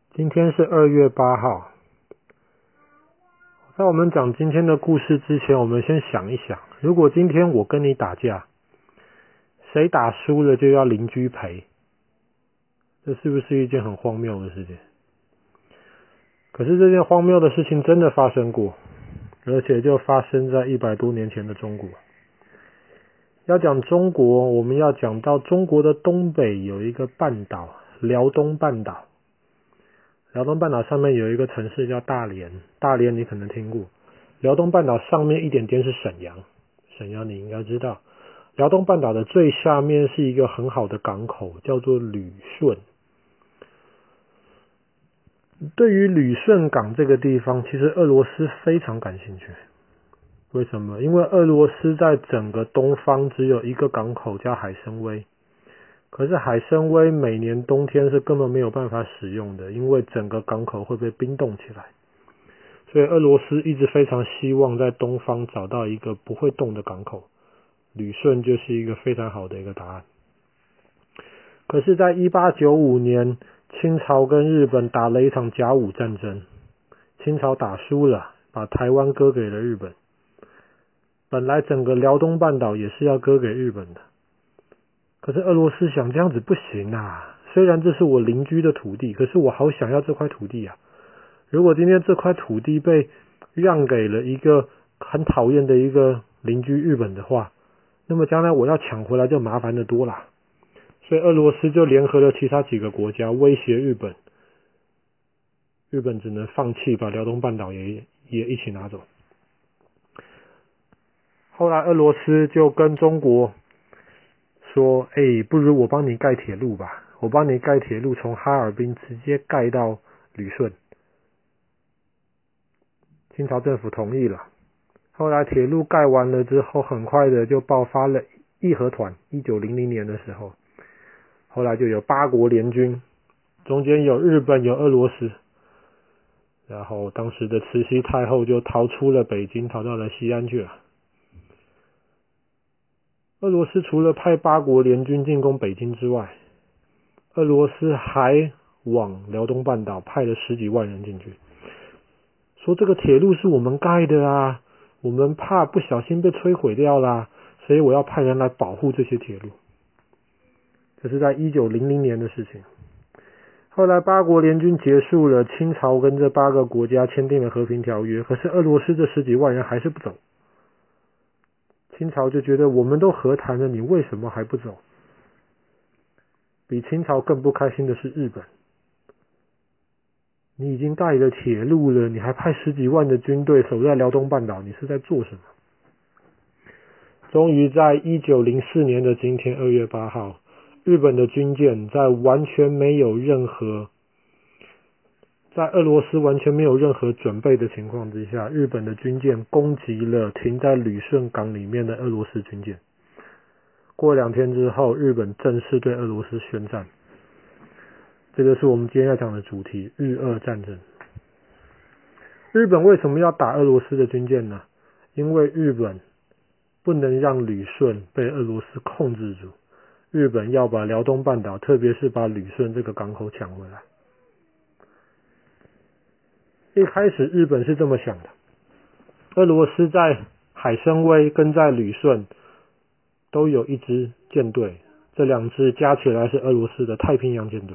今天是2月8号。在我们讲今天的故事之前，我们先想一想，如果今天我跟你打架，谁打输了就要邻居赔，这是不是一件很荒谬的事情？可是这件荒谬的事情真的发生过，而且就发生在100多年前的中国。要讲中国，我们要讲到中国的东北有一个半岛，辽东半岛。辽东半岛上面有一个城市叫大连，大连你可能听过。辽东半岛上面一点点是沈阳，沈阳你应该知道。辽东半岛的最下面是一个很好的港口，叫做旅顺。对于旅顺港这个地方，其实俄罗斯非常感兴趣。为什么？因为俄罗斯在整个东方只有一个港口叫海参崴，可是海参崴每年冬天是根本没有办法使用的，因为整个港口会被冰冻起来。所以俄罗斯一直非常希望在东方找到一个不会动的港口，旅顺就是一个非常好的一个答案。可是在1895年，清朝跟日本打了一场甲午战争，清朝打输了，把台湾割给了日本。本来整个辽东半岛也是要割给日本的，可是俄罗斯想这样子不行啊，虽然这是我邻居的土地，可是我好想要这块土地啊。如果今天这块土地被让给了一个很讨厌的一个邻居日本的话，那么将来我要抢回来就麻烦得多啦。所以俄罗斯就联合了其他几个国家威胁日本，日本只能放弃把辽东半岛也一起拿走。后来俄罗斯就跟中国说，不如我帮你盖铁路吧，我帮你盖铁路从哈尔滨直接盖到旅顺。清朝政府同意了。后来铁路盖完了之后，很快的就爆发了义和团。1900年的时候，后来就有8国联军，中间有日本有俄罗斯，然后当时的慈禧太后就逃出了北京，逃到了西安去了。俄罗斯除了派8国联军进攻北京之外，俄罗斯还往辽东半岛派了10几万人进去，说这个铁路是我们盖的啊，我们怕不小心被摧毁掉啦，所以我要派人来保护这些铁路。这是在1900年的事情。后来8国联军结束了，清朝跟这8个国家签订了和平条约，可是俄罗斯这10几万人还是不走。清朝就觉得我们都和谈了，你为什么还不走？比清朝更不开心的是日本，你已经盖了铁路了，你还派10几万的军队守在辽东半岛，你是在做什么？终于在1904年的今天2月8号，日本的军舰在俄罗斯完全没有任何准备的情况之下，日本的军舰攻击了停在旅顺港里面的俄罗斯军舰。过2天之后，日本正式对俄罗斯宣战。这个是我们今天要讲的主题，日俄战争。日本为什么要打俄罗斯的军舰呢？因为日本不能让旅顺被俄罗斯控制住，日本要把辽东半岛，特别是把旅顺这个港口抢回来。一开始日本是这么想的，俄罗斯在海参崴跟在旅顺都有一支舰队，这2支加起来是俄罗斯的太平洋舰队。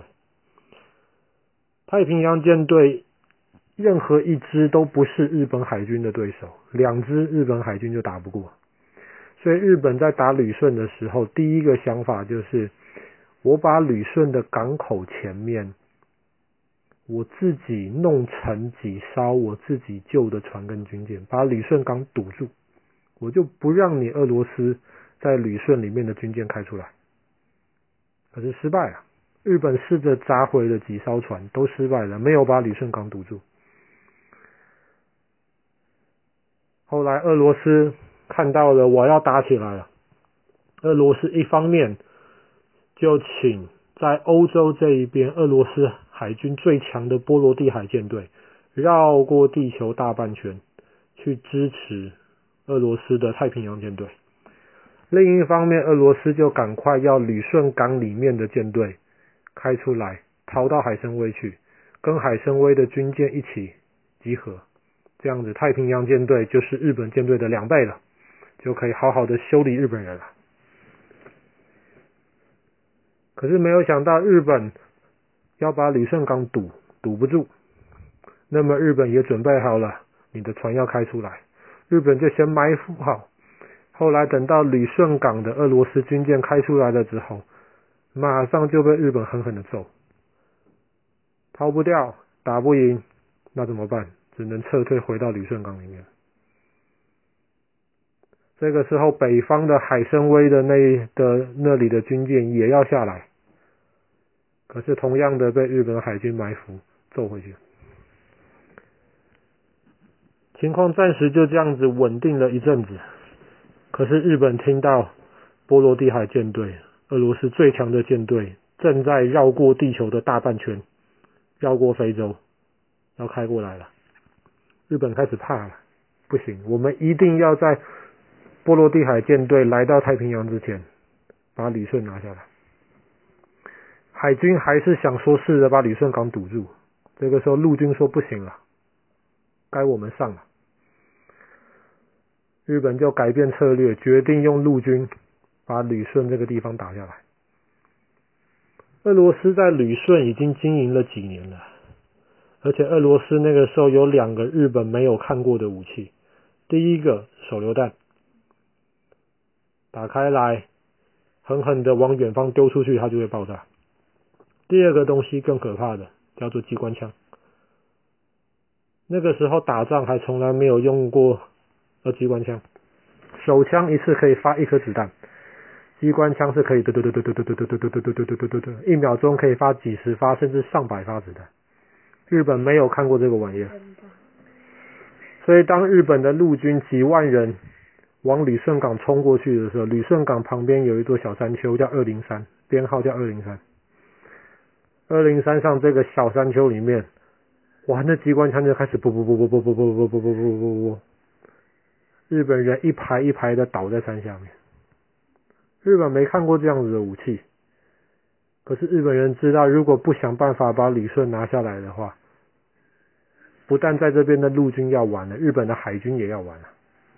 太平洋舰队任何一支都不是日本海军的对手，2支日本海军就打不过。所以日本在打旅顺的时候，第一个想法就是我把旅顺的港口前面我自己弄成几艘我自己旧的船跟军舰，把旅顺港堵住，我就不让你俄罗斯在旅顺里面的军舰开出来。可是失败了，日本试着砸毁了几艘船，都失败了，没有把旅顺港堵住。后来俄罗斯看到了我要打起来了，俄罗斯一方面就请在欧洲这一边俄罗斯海军最强的波罗的海舰队绕过地球大半圈去支持俄罗斯的太平洋舰队，另一方面俄罗斯就赶快要旅顺港里面的舰队开出来逃到海参崴去， 跟海参崴的军舰一起集合，这样子太平洋舰队就是日本舰队的2倍了，就可以好好的修理日本人了。可是没有想到日本要把旅顺港堵不住，那么日本也准备好了，你的船要开出来，日本就先埋伏好，后来等到旅顺港的俄罗斯军舰开出来了之后，马上就被日本狠狠的揍，逃不掉，打不赢，那怎么办？只能撤退回到旅顺港里面。这个时候北方的海参崴的那里的军舰也要下来，可是同样的被日本海军埋伏揍回去。情况暂时就这样子稳定了一阵子，可是日本听到波罗的海舰队，俄罗斯最强的舰队正在绕过地球的大半圈，绕过非洲，要开过来了。日本开始怕了，不行，我们一定要在波罗的海舰队来到太平洋之前把旅顺拿下来。海军还是想说试着把旅顺港堵住，这个时候陆军说不行了，该我们上了。日本就改变策略，决定用陆军把旅顺这个地方打下来。俄罗斯在旅顺已经经营了几年了，而且俄罗斯那个时候有2个日本没有看过的武器。第一个手榴弹，打开来狠狠的往远方丢出去，它就会爆炸。第二个东西更可怕的，叫做机关枪。那个时候打仗还从来没有用过机关枪，手枪一次可以发1颗子弹，机关枪是可以1秒钟可以发几十发甚至上百发子弹。日本没有看过这个玩意，所以当日本的陆军几万人往旅顺港冲过去的时候，旅顺港旁边有一座小山丘叫203，编号叫203。203上这个小山丘里面，哇，那机关枪就开始啵啵啵啵啵啵啵啵啵啵啵啵，日本人一排一排的倒在山下面。日本没看过这样子的武器，可是日本人知道，如果不想办法把旅顺拿下来的话，不但在这边的陆军要完了，日本的海军也要完了。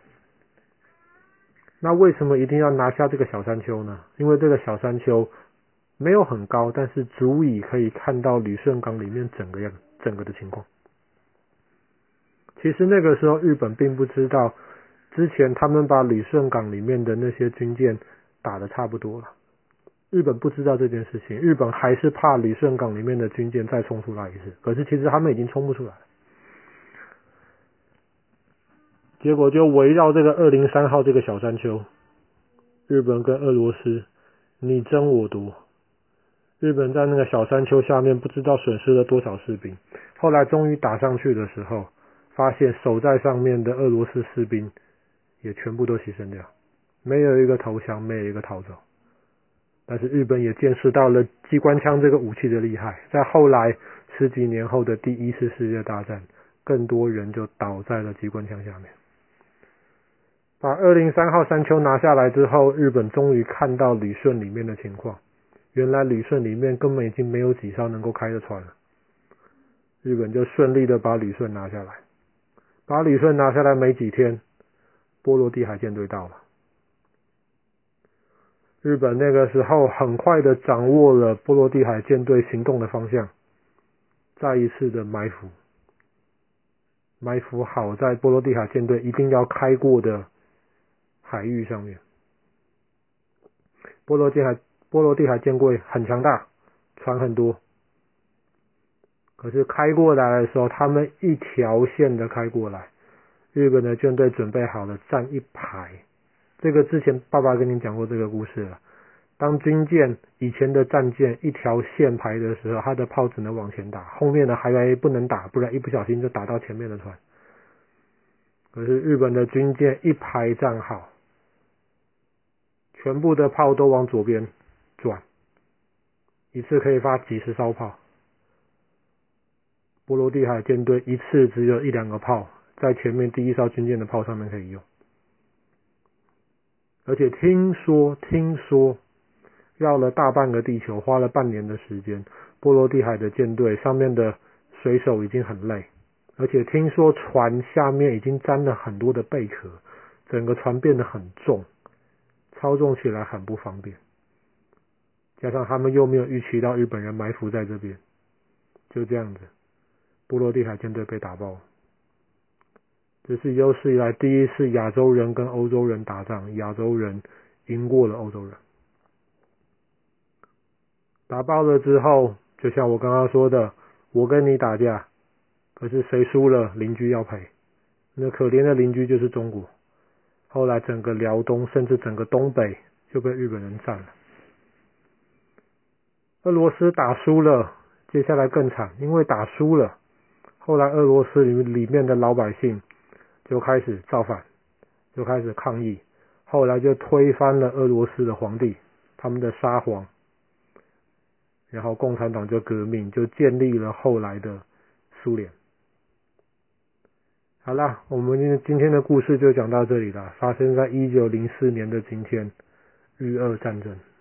那为什么一定要拿下这个小山丘呢？因为这个小山丘没有很高，但是足以可以看到旅顺港里面整个的情况。其实那个时候日本并不知道，之前他们把旅顺港里面的那些军舰打得差不多了，日本不知道这件事情，日本还是怕旅顺港里面的军舰再冲出来一次，可是其实他们已经冲不出来了。结果就围绕这个203号这个小山丘，日本跟俄罗斯你争我夺。日本在那个小山丘下面不知道损失了多少士兵，后来终于打上去的时候，发现守在上面的俄罗斯士兵也全部都牺牲掉，没有一个投降，没有一个逃走。但是日本也见识到了机关枪这个武器的厉害，在后来10几年后的第1次世界大战，更多人就倒在了机关枪下面。把203号山丘拿下来之后，日本终于看到旅顺里面的情况，原来旅顺里面根本已经没有几艘能够开的船了。日本就顺利的把旅顺拿下来。把旅顺拿下来没几天，波罗的海舰队到了。日本那个时候很快的掌握了波罗的海舰队行动的方向，再一次的埋伏好在波罗的海舰队一定要开过的海域上面。波罗的海舰队很强大，船很多，可是开过来的时候，他们一条线的开过来，日本的舰队准备好了站一排。这个之前爸爸跟你讲过这个故事了。当军舰以前的战舰一条线排的时候，它的炮只能往前打，后面的还不能打，不然一不小心就打到前面的船。可是日本的军舰一排站好，全部的炮都往左边转，一次可以发几十艘炮。波罗的海舰队一次只有1-2个炮在前面第1艘军舰的炮上面可以用。而且听说绕了大半个地球，花了半年的时间，波罗的海的舰队上面的水手已经很累，而且听说船下面已经沾了很多的贝壳，整个船变得很重，操纵起来很不方便。加上他们又没有预期到日本人埋伏在这边，就这样子，波罗的海舰队被打爆。这是有史以来第一次亚洲人跟欧洲人打仗，亚洲人赢过了欧洲人。打爆了之后，就像我刚刚说的，我跟你打架，可是谁输了，邻居要赔。那可怜的邻居就是中国。后来整个辽东甚至整个东北就被日本人占了。俄罗斯打输了，接下来更惨，因为打输了，后来俄罗斯里面的老百姓就开始造反，就开始抗议，后来就推翻了俄罗斯的皇帝，他们的沙皇，然后共产党就革命，就建立了后来的苏联。好啦，我们今天的故事就讲到这里了，发生在1904年的今天，日俄战争。